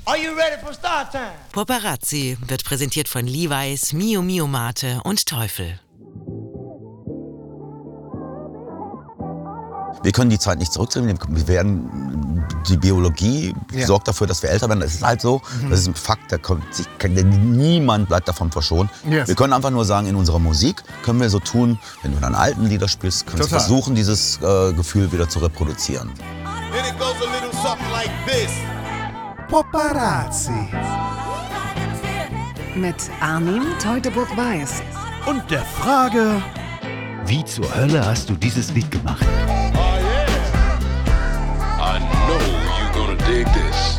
Are you ready for start time? Poparazzi wird präsentiert von Levi's, Mio Mio Mate und Teufel. Wir können die Zeit nicht zurückdrehen. Die Biologie sorgt dafür, dass wir älter werden. Das ist halt so. Das ist ein Fakt. Niemand bleibt davon verschont. Yes. Wir können einfach nur sagen, in unserer Musik können wir so tun, wenn du dann alten Lieder spielst, können wir versuchen, dieses Gefühl wieder zu reproduzieren. Poparazzi. Mit Armin Teutoburg-Weiß. Und der Frage, wie zur Hölle hast du dieses Lied gemacht? I know you're gonna dig this.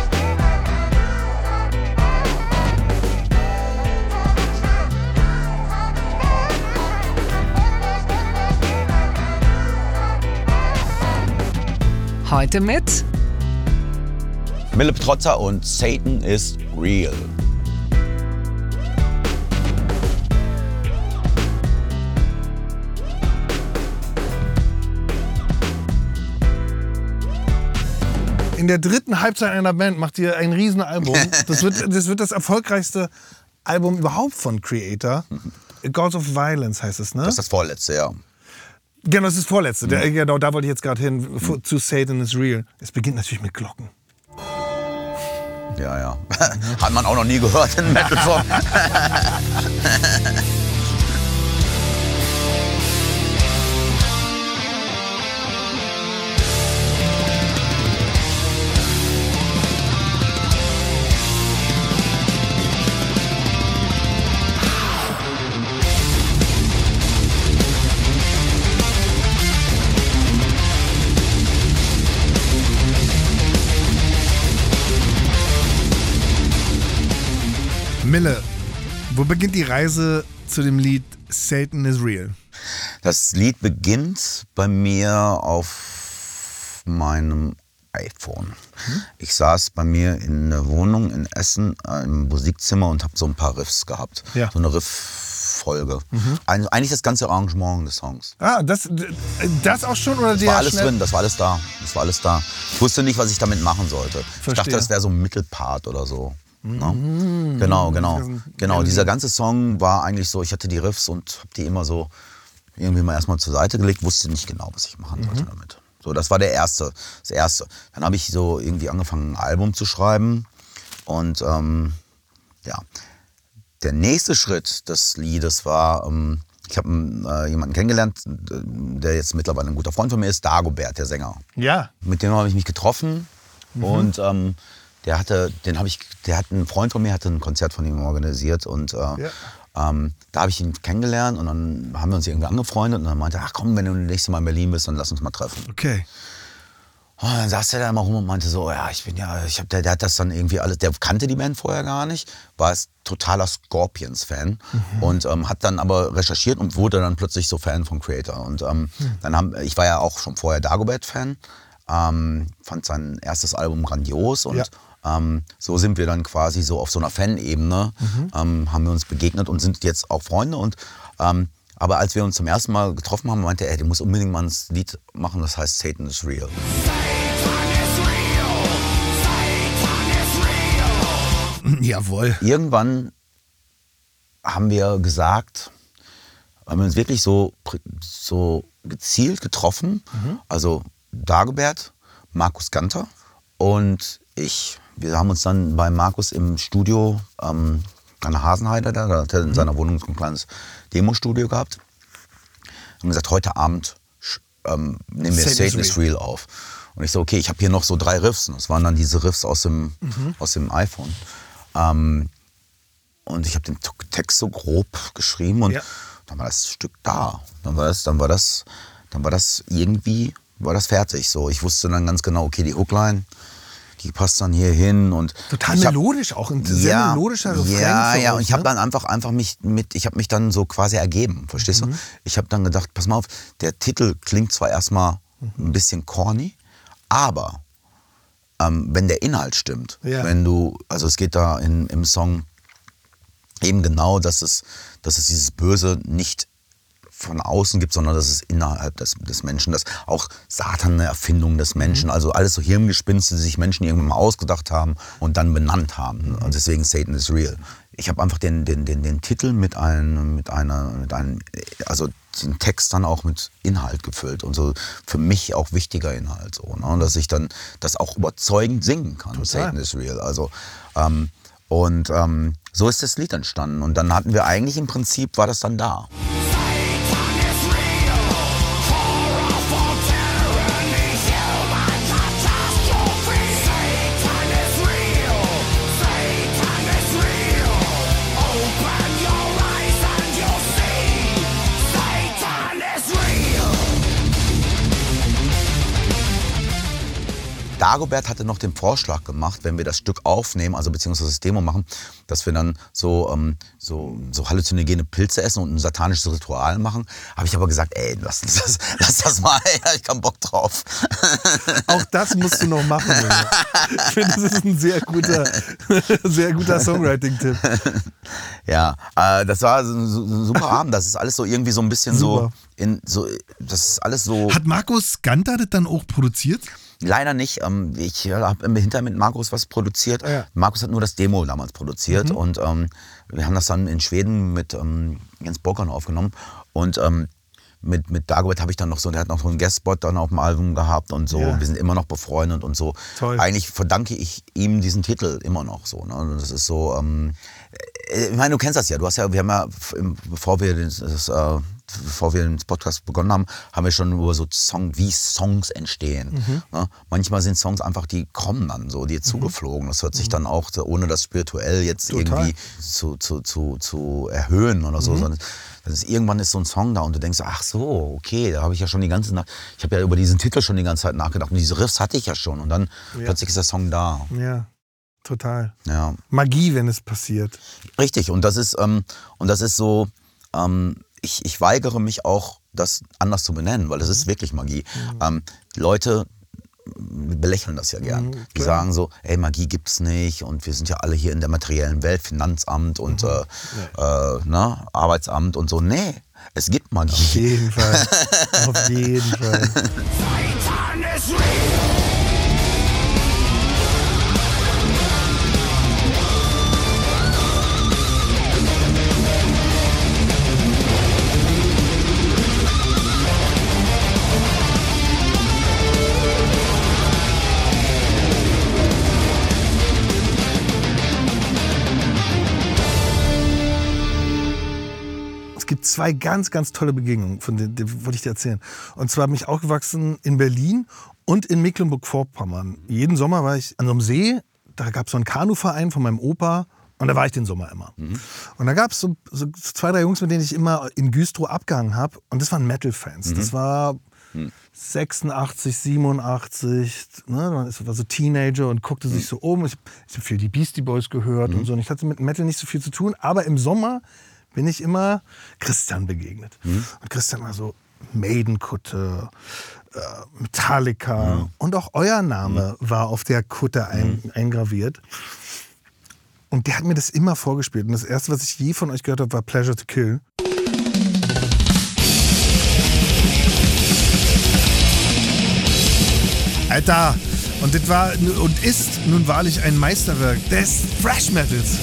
Heute mit Mille Petrozza und Satan is Real. in der dritten Halbzeit einer Band macht ihr ein Riesenalbum. Das wird das erfolgreichste Album überhaupt von Creator. Gods of Violence heißt es, ne? Das ist das vorletzte, ja. Genau, das ist das vorletzte. Genau, da wollte ich jetzt gerade hin. To Satan is Real. Es beginnt natürlich mit Glocken. Ja, ja. Hat man auch noch nie gehört in Metal-Song. Mille, wo beginnt die Reise zu dem Lied Satan is Real? Das Lied beginnt bei mir auf meinem iPhone. Ich saß bei mir in der Wohnung in Essen im Musikzimmer und habe so ein paar Riffs gehabt. Ja. So eine Riff-Folge. Eigentlich das ganze Arrangement des Songs. Ah, das auch schon? Oder das war alles drin, das war alles da. Das war alles da. Ich wusste nicht, was ich damit machen sollte. Verstehe. Ich dachte, das wäre so ein Mittelpart oder so. No? Genau. Dieser ganze Song war eigentlich so, ich hatte die Riffs und habe die immer so irgendwie mal erstmal zur Seite gelegt, wusste nicht genau, was ich machen sollte damit. So, das war das erste. Dann habe ich so irgendwie angefangen, ein Album zu schreiben und ja. Der nächste Schritt des Liedes war, ich habe jemanden kennengelernt, der jetzt mittlerweile ein guter Freund von mir ist, Dagobert, der Sänger. Ja. Mit dem habe ich mich getroffen und der hat ein Freund von mir, hatte ein Konzert von ihm organisiert und da habe ich ihn kennengelernt und dann haben wir uns irgendwie angefreundet und dann meinte er, ach komm, wenn du das nächste Mal in Berlin bist, dann lass uns mal treffen. Okay. Und dann saß er da immer rum und meinte so, ja, der hat das dann irgendwie alles, der kannte die Band vorher gar nicht, war es totaler Scorpions-Fan und hat dann aber recherchiert und wurde dann plötzlich so Fan von Creator. Und ich war ja auch schon vorher Dagobert-Fan, fand sein erstes Album grandios und so sind wir dann quasi so auf so einer Fan-Ebene, haben wir uns begegnet und sind jetzt auch Freunde. Und, aber als wir uns zum ersten Mal getroffen haben, meinte er, du musst unbedingt mal ein Lied machen, das heißt Satan is Real. Jawohl. Irgendwann haben wir gesagt, haben wir uns wirklich so gezielt getroffen, also Dagobert, Markus Ganter und ich. Wir haben uns dann bei Markus im Studio an der Hasenheide, da hat er in seiner Wohnung so ein kleines Demo-Studio gehabt. Haben gesagt, heute Abend nehmen wir Satan is Real auf. Und ich so, okay, ich habe hier noch so 3 Riffs. Und das waren dann diese Riffs aus dem iPhone. Und ich habe den Text so grob geschrieben und dann war das Stück da. Dann war das irgendwie fertig. So, ich wusste dann ganz genau, okay, die Hookline, die passt dann hier hin und total melodisch auch, ein sehr melodischer Refrain. Ja, und ich habe dann einfach mich dann so quasi ergeben, verstehst du? Ich habe dann gedacht, pass mal auf, der Titel klingt zwar erstmal ein bisschen corny, aber wenn der Inhalt stimmt, also es geht da im Song eben genau, dass es dieses Böse nicht von außen gibt, sondern das ist innerhalb des Menschen. Das ist auch Satan eine Erfindung des Menschen. Also alles so Hirngespinste, die sich Menschen irgendwann mal ausgedacht haben und dann benannt haben. Und deswegen Satan is real. Ich habe einfach den Titel mit einem, also den Text dann auch mit Inhalt gefüllt und so für mich auch wichtiger Inhalt, so, ne? Und dass ich dann das auch überzeugend singen kann. Total. Satan is real. Also so ist das Lied entstanden und dann hatten wir eigentlich im Prinzip war das dann da. Dagobert hatte noch den Vorschlag gemacht, wenn wir das Stück aufnehmen, also beziehungsweise das Demo machen, dass wir dann so halluzinogene Pilze essen und ein satanisches Ritual machen. Habe ich aber gesagt, ey, lass das mal, ey, ich hab keinen Bock drauf. Auch das musst du noch machen. Ich finde, das ist ein sehr guter Songwriting-Tipp. Ja, das war so ein super Abend. Das ist alles so irgendwie so ein bisschen super. Das ist alles so. Hat Markus Ganter das dann auch produziert? Leider nicht. Ich habe hinterher mit Markus was produziert. Ah, ja. Markus hat nur das Demo damals produziert und wir haben das dann in Schweden mit Jens Borkan aufgenommen und mit Dagobert habe ich dann noch so, der hat noch so einen Guestspot dann auf dem Album gehabt und so. Ja. Wir sind immer noch befreundet und so. Toll. Eigentlich verdanke ich ihm diesen Titel immer noch so. Ne? Und das ist so, ich meine, du kennst das ja. Wir haben ja, bevor wir den Podcast begonnen haben, haben wir schon über so wie Songs entstehen. Ne? Manchmal sind Songs einfach, die kommen dann so, dir zugeflogen. Das hört sich dann auch, ohne das spirituell jetzt irgendwie zu erhöhen oder so, sondern irgendwann ist so ein Song da und du denkst, ach so, okay, da habe ich ja schon die ganze Nacht, ich habe ja über diesen Titel schon die ganze Zeit nachgedacht und diese Riffs hatte ich ja schon und dann plötzlich ist der Song da. Ja, total. Ja. Magie, wenn es passiert. Richtig, und das ist so, ich weigere mich auch, das anders zu benennen, weil das ist wirklich Magie. Leute belächeln das ja gern. Die sagen so, ey, Magie gibt's nicht und wir sind ja alle hier in der materiellen Welt, Finanzamt und Arbeitsamt und so. Nee, es gibt Magie. Auf jeden Fall. Auf jeden Fall. Es gibt zwei ganz, ganz tolle Begegnungen, von denen wollte ich dir erzählen. Und zwar bin ich aufgewachsen in Berlin und in Mecklenburg-Vorpommern. Jeden Sommer war ich an so einem See, da gab es so einen Kanuverein von meinem Opa und da war ich den Sommer immer. Und da gab es so 2, 3 Jungs, mit denen ich immer in Güstrow abgehangen habe und das waren Metal-Fans. Das war 86, 87, ne? Ich war so Teenager und guckte sich so um. Ich habe viel die Beastie Boys gehört und so. Und ich hatte mit Metal nicht so viel zu tun, aber im Sommer bin ich immer Christian begegnet. Und Christian war so Maiden-Kutte, Metallica und auch euer Name war auf der Kutte eingraviert. Und der hat mir das immer vorgespielt. Und das erste, was ich je von euch gehört habe, war Pleasure to Kill. Alter, und das war und ist nun wahrlich ein Meisterwerk des Thrash Metals.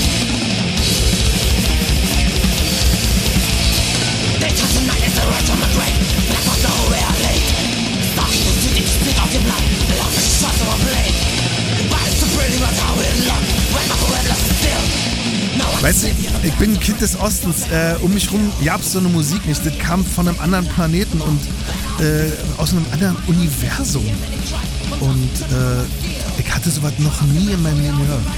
Weißt du, ich bin ein Kind des Ostens. Um mich rum gab es so eine Musik nicht. Das kam von einem anderen Planeten und aus einem anderen Universum. Und ich hatte sowas noch nie in meinem Leben gehört.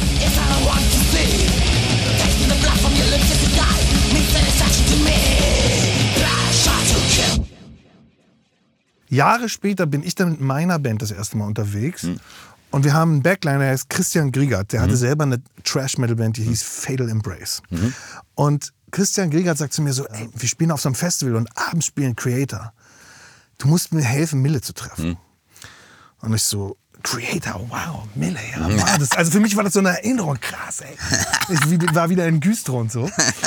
Jahre später bin ich dann mit meiner Band das erste Mal unterwegs. Und wir haben einen Backliner, der heißt Christian Griegert. Der hatte selber eine Trash-Metal-Band, die hieß Fatal Embrace. Und Christian Griegert sagt zu mir so, ey, wir spielen auf so einem Festival und abends spielen Creator. Du musst mir helfen, Mille zu treffen. Und ich so, Creator, wow, Mille, ja. Wow. Also für mich war das so eine Erinnerung, krass, ey. Ich war wieder in Güstrow und so.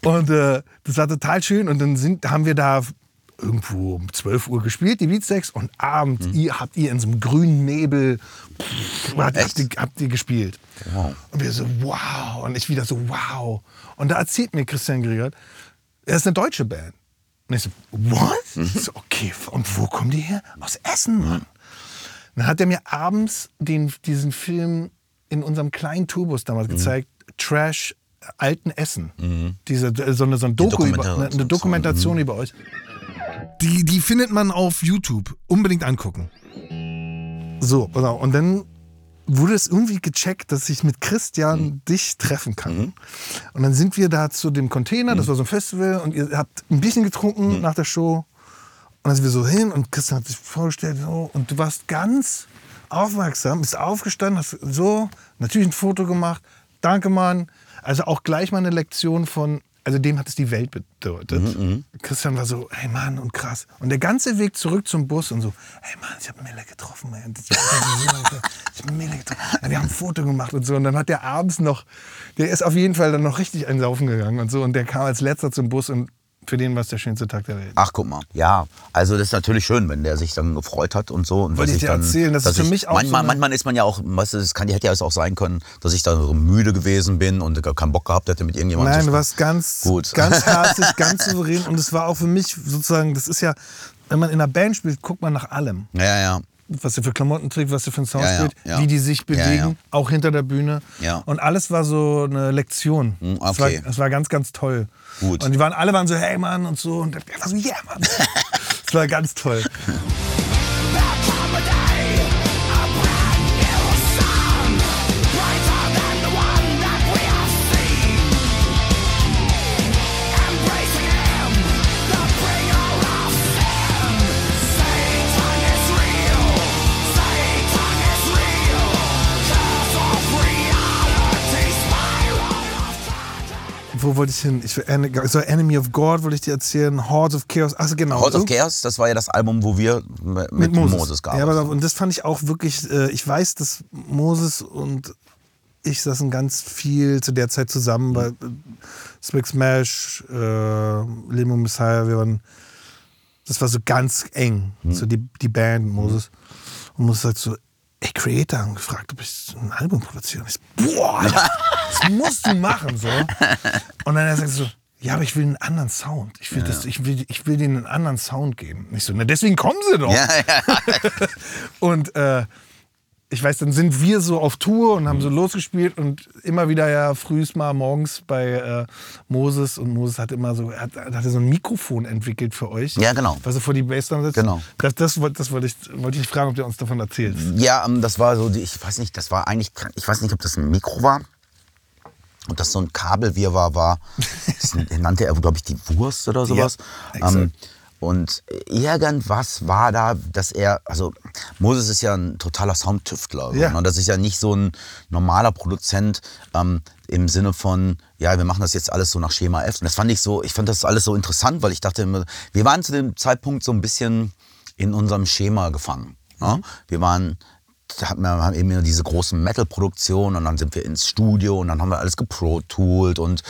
Und das war total schön. Und dann haben wir da irgendwo um 12 Uhr gespielt, die Beatsteaks. Und abends habt ihr in so einem grünen Nebel habt ihr gespielt. Wow. Und wir so, wow. Und ich wieder so, wow. Und da erzählt mir Christian Griegert, er ist eine deutsche Band. Und ich so, what? Ich so, okay, und wo kommen die her? Aus Essen, Mann. Dann hat er mir abends diesen Film in unserem kleinen Tourbus damals gezeigt, Trash alten Essen. So eine Dokumentation über euch. Die findet man auf YouTube. Unbedingt angucken. So, und dann wurde es irgendwie gecheckt, dass ich mit Christian dich treffen kann. Und dann sind wir da zu dem Container, das war so ein Festival, und ihr habt ein bisschen getrunken nach der Show. Und dann sind wir so hin und Christian hat sich vorgestellt, so, und du warst ganz aufmerksam, bist aufgestanden, hast so natürlich ein Foto gemacht. Danke, Mann. Also auch gleich mal eine Lektion von, also dem hat es die Welt bedeutet. Christian war so, hey Mann, und krass. Und der ganze Weg zurück zum Bus und so, hey Mann, ich habe Mille getroffen, Mann. Ich habe Mille getroffen. Ja, wir haben ein Foto gemacht und so. Und dann hat der abends noch, der ist auf jeden Fall dann noch richtig einsaufen gegangen und so. Und der kam als letzter zum Bus und für den war es der schönste Tag der Welt. Ach, guck mal. Ja, also das ist natürlich schön, wenn der sich dann gefreut hat und so. Und wollte ich dir erzählen, das ist für mich auch manchmal ist man ja auch, weißt du, hätte ja auch sein können, dass ich da so müde gewesen bin und keinen Bock gehabt hätte mit irgendjemandem. Nein, du warst ganz herzlich, ganz souverän. Und es war auch für mich sozusagen, das ist ja, wenn man in einer Band spielt, guckt man nach allem. Ja. Was er für Klamotten trägt, was er für einen Sound spielt, wie die sich bewegen, auch hinter der Bühne. Ja. Und alles war so eine Lektion. Okay. Es war ganz, ganz toll. Gut. Und alle waren so, hey Mann und so. Und er war so, yeah Mann. Es war ganz toll. Wo wollte ich hin? Enemy of God wollte ich dir erzählen. Hordes of Chaos. Achso, genau. Hordes of Chaos, das war ja das Album, wo wir mit Moses gearbeitet haben. Ja, und das fand ich auch wirklich, ich weiß, dass Moses und ich saßen ganz viel zu der Zeit zusammen, bei Swig Smash, Limo Messiah, das war so ganz eng, so die Band Moses. Und Moses sagt so, ey, Creator haben gefragt, ob ich ein Album produziere. Und ich so, boah, das musst du machen. So. Und dann sagt er so, ja, aber ich will einen anderen Sound. Ich will denen einen anderen Sound geben. Und ich so, na deswegen kommen sie doch. Ja. Und ich weiß, dann sind wir so auf Tour und haben so losgespielt und immer wieder ja frühs mal morgens bei Moses. Und Moses hat immer so, er hatte so ein Mikrofon entwickelt für euch. Ja, genau. Was er vor die Bassdrum setzt. Genau. Das wollte ich fragen, ob du uns davon erzählst. Ja, das war so, ich weiß nicht, ob das ein Mikro war. Und das so ein Kabelwirrwarr war. Das nannte er, glaube ich, die Wurst oder sowas. Ja, und irgendwas war da, dass also Moses ist ja ein totaler Soundtüftler. Ja. So, ne? Das ist ja nicht so ein normaler Produzent im Sinne von, ja, wir machen das jetzt alles so nach Schema F. Und das ich fand das alles so interessant, weil ich dachte immer, wir waren zu dem Zeitpunkt so ein bisschen in unserem Schema gefangen. Ne? Wir haben eben diese großen Metal-Produktionen und dann sind wir ins Studio und dann haben wir alles gepro-toolt und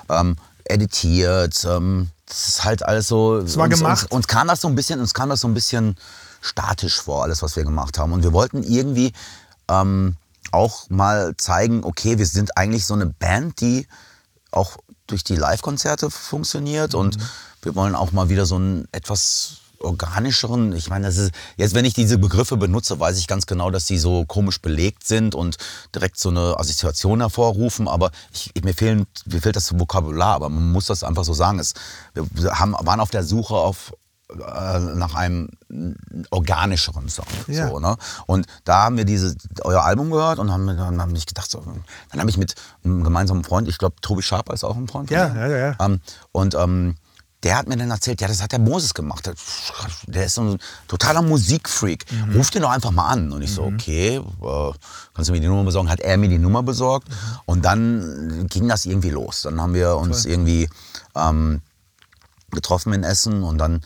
editiert. Das ist halt alles so. Es war gemacht. Uns kam das so ein bisschen statisch vor, alles, was wir gemacht haben. Und wir wollten irgendwie auch mal zeigen, okay, wir sind eigentlich so eine Band, die auch durch die Live-Konzerte funktioniert. Und wir wollen auch mal wieder so einen etwas organischeren, ich meine, das ist, jetzt wenn ich diese Begriffe benutze, weiß ich ganz genau, dass sie so komisch belegt sind und direkt so eine Assoziation hervorrufen, aber mir fehlt das Vokabular, aber man muss das einfach so sagen. Wir waren auf der Suche nach einem organischeren Sound. Ja. So, ne? Und da haben wir euer Album gehört und haben nicht gedacht, so, dann habe ich mit einem gemeinsamen Freund, ich glaube Tobi Schaper ist auch ein Freund von mir. Ja. Der hat mir dann erzählt, ja, das hat der Moses gemacht. Der ist so ein totaler Musikfreak. Ruf den doch einfach mal an. Und ich so, okay, kannst du mir die Nummer besorgen? Hat er mir die Nummer besorgt. Und dann ging das irgendwie los. Dann haben wir uns irgendwie getroffen in Essen und dann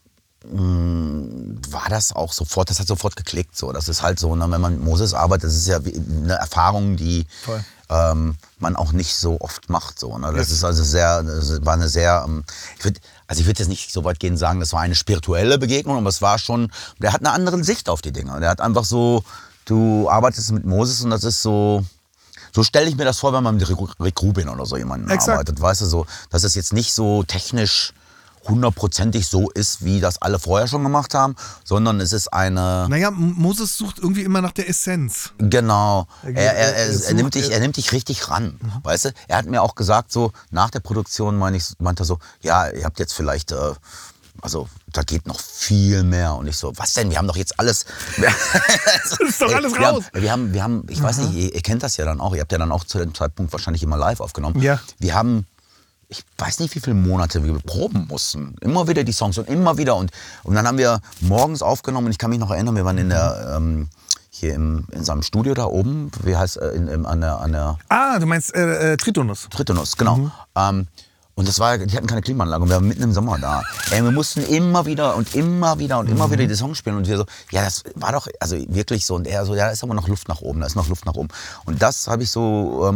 war das auch sofort, das hat sofort geklickt. So. Das ist halt so, wenn man mit Moses arbeitet, das ist ja eine Erfahrung, die man auch nicht so oft macht. So, ne? Das ist also war eine sehr, ich würde jetzt nicht so weit gehen sagen, das war eine spirituelle Begegnung, aber es war schon, der hat eine andere Sicht auf die Dinge. Der hat einfach so, du arbeitest mit Moses und das ist so stelle ich mir das vor, wenn man mit Rick Rubin oder so jemanden arbeitet. Weißt du, so, dass es jetzt nicht so technisch hundertprozentig so ist, wie das alle vorher schon gemacht haben, sondern es ist eine... Naja, Moses sucht irgendwie immer nach der Essenz. Genau. Er nimmt dich richtig ran, weißt du? Er hat mir auch gesagt, so nach der Produktion meinte er so, ja, ihr habt jetzt vielleicht... Also, da geht noch viel mehr. Und ich so, was denn? Wir haben doch jetzt alles... Das ist doch alles raus. Wir haben, ich weiß nicht, ihr kennt das ja dann auch. Ihr habt ja dann auch zu dem Zeitpunkt wahrscheinlich immer live aufgenommen. Ja. Wir haben... Ich weiß nicht, wie viele Monate wir proben mussten. Immer wieder die Songs und immer wieder. Und dann haben wir morgens aufgenommen. Und ich kann mich noch erinnern, wir waren in der... hier in seinem Studio da oben. Wie heißt an der... Ah, du meinst Tritonus. Tritonus, genau. Und die hatten keine Klimaanlage und wir waren mitten im Sommer da. Wir mussten immer wieder die Songs spielen und wir so, ja, das war doch, also wirklich so. Und er so, ja, da ist aber noch Luft nach oben, Und das habe ich so,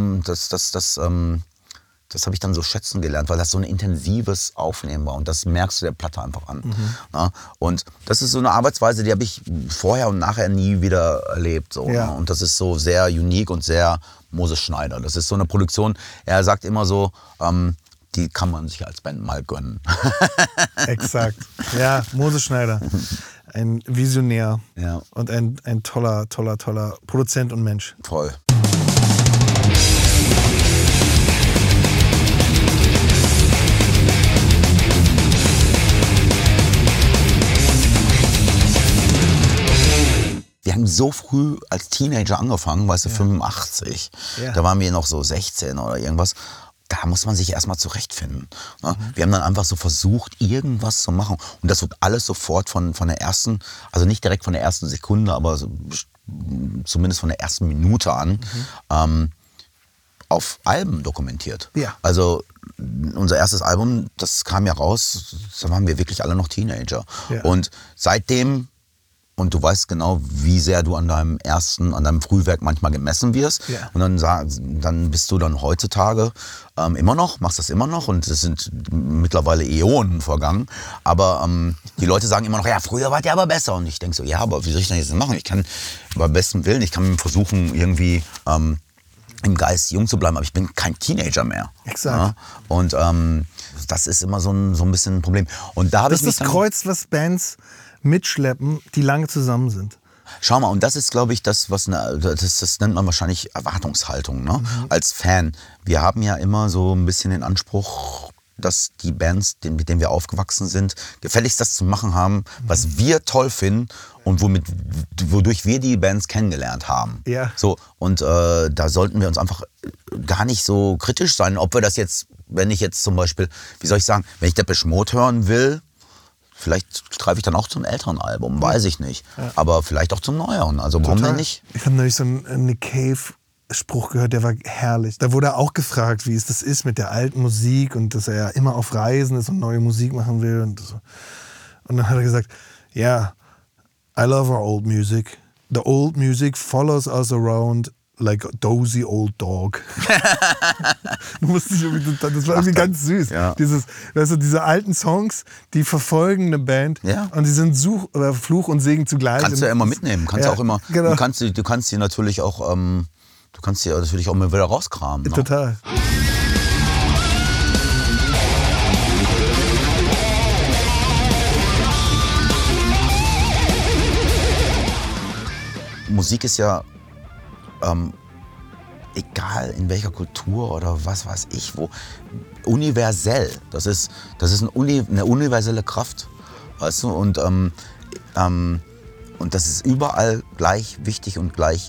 das habe ich dann so schätzen gelernt, weil das so ein intensives Aufnehmen war. Und das merkst du der Platte einfach an. Ja? Und das ist so eine Arbeitsweise, die habe ich vorher und nachher nie wieder erlebt. So, ja. Ne? Und das ist so sehr unique und sehr Moses Schneider. Das ist so eine Produktion, er sagt immer so, die kann man sich als Band mal gönnen. Exakt. Ja, Moses Schneider. Ein Visionär und ein toller Produzent und Mensch. Voll. Wir haben so früh als Teenager angefangen, weißt du, 85. Ja. Da waren wir noch so 16 oder irgendwas. Da muss man sich erstmal zurechtfinden. Ne? Wir haben dann einfach so versucht, irgendwas zu machen. Und das wird alles sofort von der ersten, also nicht direkt von der ersten Sekunde, aber so, zumindest von der ersten Minute an, auf Alben dokumentiert. Ja. Also unser erstes Album, das kam ja raus, da waren wir wirklich alle noch Teenager. Ja. Und seitdem... Und du weißt genau, wie sehr du an deinem Frühwerk manchmal gemessen wirst. Ja. Und dann bist du dann heutzutage machst das immer noch. Und es sind mittlerweile Äonen vergangen. Aber die Leute sagen immer noch, ja, früher wart ihr aber besser. Und ich denke so, ja, aber wie soll ich denn jetzt machen? Ich kann beim besten Willen, ich kann versuchen, irgendwie im Geist jung zu bleiben. Aber ich bin kein Teenager mehr. Exakt. Ja? Und das ist immer so ein bisschen ein Problem. Und da das ist das Kreuz, was Bands mitschleppen, die lange zusammen sind. Schau mal, und das ist, glaube ich, das nennt man wahrscheinlich Erwartungshaltung, ne? Als Fan. Wir haben ja immer so ein bisschen den Anspruch, dass die Bands, mit denen wir aufgewachsen sind, gefälligst das zu machen haben, was wir toll finden und wodurch wir die Bands kennengelernt haben. Ja. So, und da sollten wir uns einfach gar nicht so kritisch sein, ob wir das jetzt, wenn ich jetzt zum Beispiel, wie soll ich sagen, wenn ich Depeche Mode hören will, vielleicht greife ich dann auch zum älteren Album, weiß ich nicht. Ja. Aber vielleicht auch zum neueren. Also warum denn nicht? Ich habe neulich so einen Nick Cave-Spruch gehört, der war herrlich. Da wurde er auch gefragt, wie es das ist mit der alten Musik und dass er ja immer auf Reisen ist und neue Musik machen will. Und dann hat er gesagt, yeah, I love our old music. The old music follows us around like a dozy old dog. Das war irgendwie ganz süß. Ja. Diese alten Songs, die verfolgen eine Band und die sind Fluch und Segen zugleich. Kannst du ja immer mitnehmen. Kannst auch immer. Genau. Du kannst die natürlich auch mal wieder rauskramen. Total. Ne? Musik ist ja egal in welcher Kultur oder was weiß ich wo, universell. Das ist eine universelle Kraft, weißt du? Und das ist überall gleich wichtig und gleich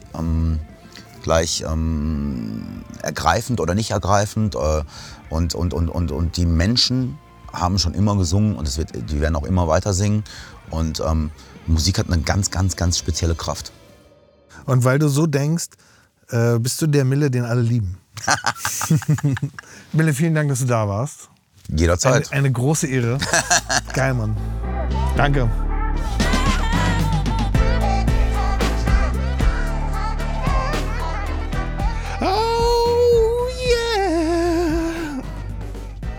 ergreifend oder nicht ergreifend. Und die Menschen haben schon immer gesungen und die werden auch immer weiter singen. Und Musik hat eine ganz, ganz, ganz spezielle Kraft. Und weil du so denkst, bist du der Mille, den alle lieben. Mille, vielen Dank, dass du da warst. Jederzeit. Eine große Ehre. Geil, Mann. Danke. Oh,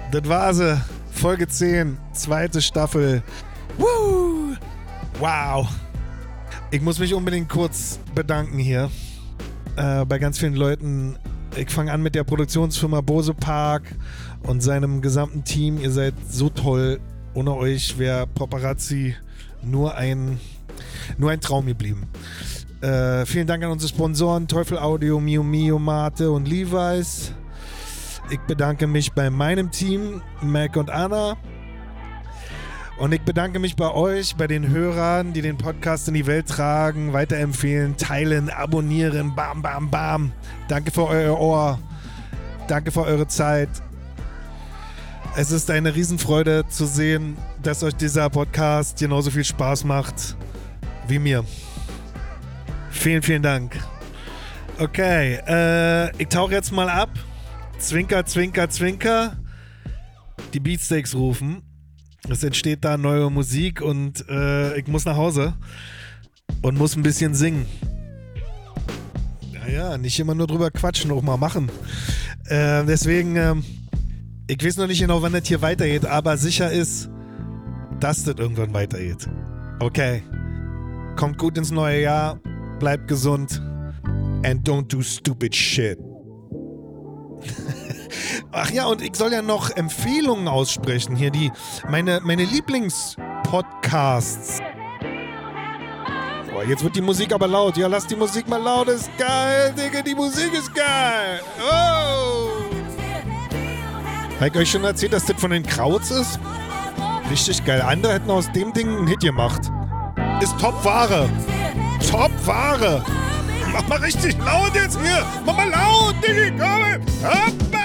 das war sie. Folge 10, 2. Staffel. Woo! Wow. Ich muss mich unbedingt kurz bedanken hier bei ganz vielen Leuten. Ich fange an mit der Produktionsfirma Bose Park und seinem gesamten Team. Ihr seid so toll. Ohne euch wäre Paparazzi nur ein Traum geblieben. Vielen Dank an unsere Sponsoren Teufel Audio, Mio Mio, Mate und Levi's. Ich bedanke mich bei meinem Team, Mac und Anna. Und ich bedanke mich bei euch, bei den Hörern, die den Podcast in die Welt tragen, weiterempfehlen, teilen, abonnieren, bam, bam, bam. Danke für euer Ohr. Danke für eure Zeit. Es ist eine Riesenfreude zu sehen, dass euch dieser Podcast genauso viel Spaß macht wie mir. Vielen, vielen Dank. Okay, ich tauche jetzt mal ab. Zwinker, zwinker, zwinker. Die Beatsteaks rufen. Es entsteht da neue Musik und ich muss nach Hause und muss ein bisschen singen. Ja, nicht immer nur drüber quatschen, auch mal machen. Deswegen, ich weiß noch nicht genau, wann das hier weitergeht, aber sicher ist, dass das irgendwann weitergeht. Okay. Kommt gut ins neue Jahr, bleibt gesund and don't do stupid shit. Ach ja, und ich soll ja noch Empfehlungen aussprechen. Hier meine Lieblingspodcasts. Oh, jetzt wird die Musik aber laut. Ja, lass die Musik mal laut. Ist geil, Digga, die Musik ist geil. Oh! Hab ich euch schon erzählt, dass das von den Krauts ist? Richtig geil. Andere hätten aus dem Ding einen Hit gemacht. Ist Top-Ware. Top-Ware. Mach mal richtig laut jetzt hier. Mach mal laut, Digga, komm. Hoppa!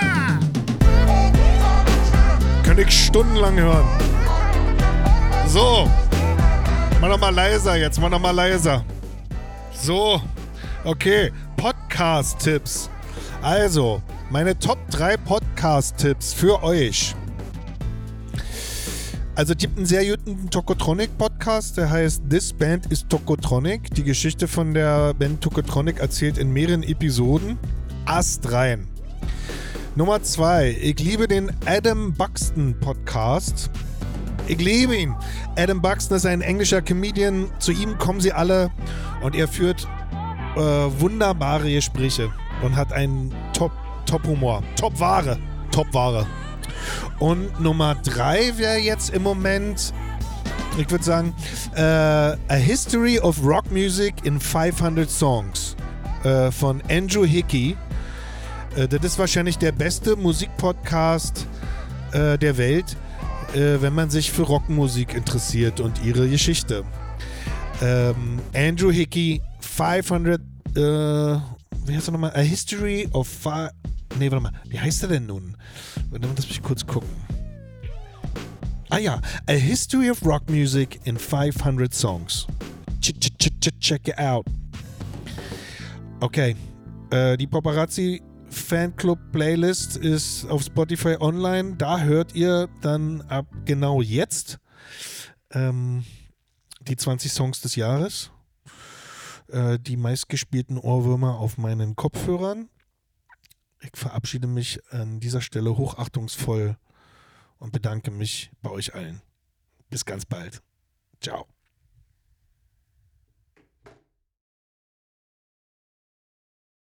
Könnte ich stundenlang hören. So. Mach noch mal leiser jetzt. Mach noch mal leiser. So. Okay. Podcast-Tipps. Also, meine Top 3 Podcast-Tipps für euch. Also, es gibt einen sehr guten Tokotronic-Podcast, der heißt This Band is Tokotronic. Die Geschichte von der Band Tokotronic erzählt in mehreren Episoden. Ast rein. Nummer 2. Ich liebe den Adam Buxton Podcast. Ich liebe ihn. Adam Buxton ist ein englischer Comedian. Zu ihm kommen sie alle und er führt wunderbare Gespräche und hat einen Top-Humor. Top-Ware. Top-Ware. Und Nummer 3 wäre jetzt im Moment, ich würde sagen, A History of Rock Music in 500 Songs von Andrew Hickey. Das ist wahrscheinlich der beste Musikpodcast der Welt, wenn man sich für Rockmusik interessiert und ihre Geschichte. Andrew Hickey, 500, wie heißt er nochmal? A History of Nee, warte mal, wie heißt er denn nun? Lass mich kurz gucken. Ah ja, A History of Rock Music in 500 Songs. Check it out. Okay, die Paparazzi Fanclub Playlist ist auf Spotify online. Da hört ihr dann ab genau jetzt die 20 Songs des Jahres. Die meistgespielten Ohrwürmer auf meinen Kopfhörern. Ich verabschiede mich an dieser Stelle hochachtungsvoll und bedanke mich bei euch allen. Bis ganz bald. Ciao.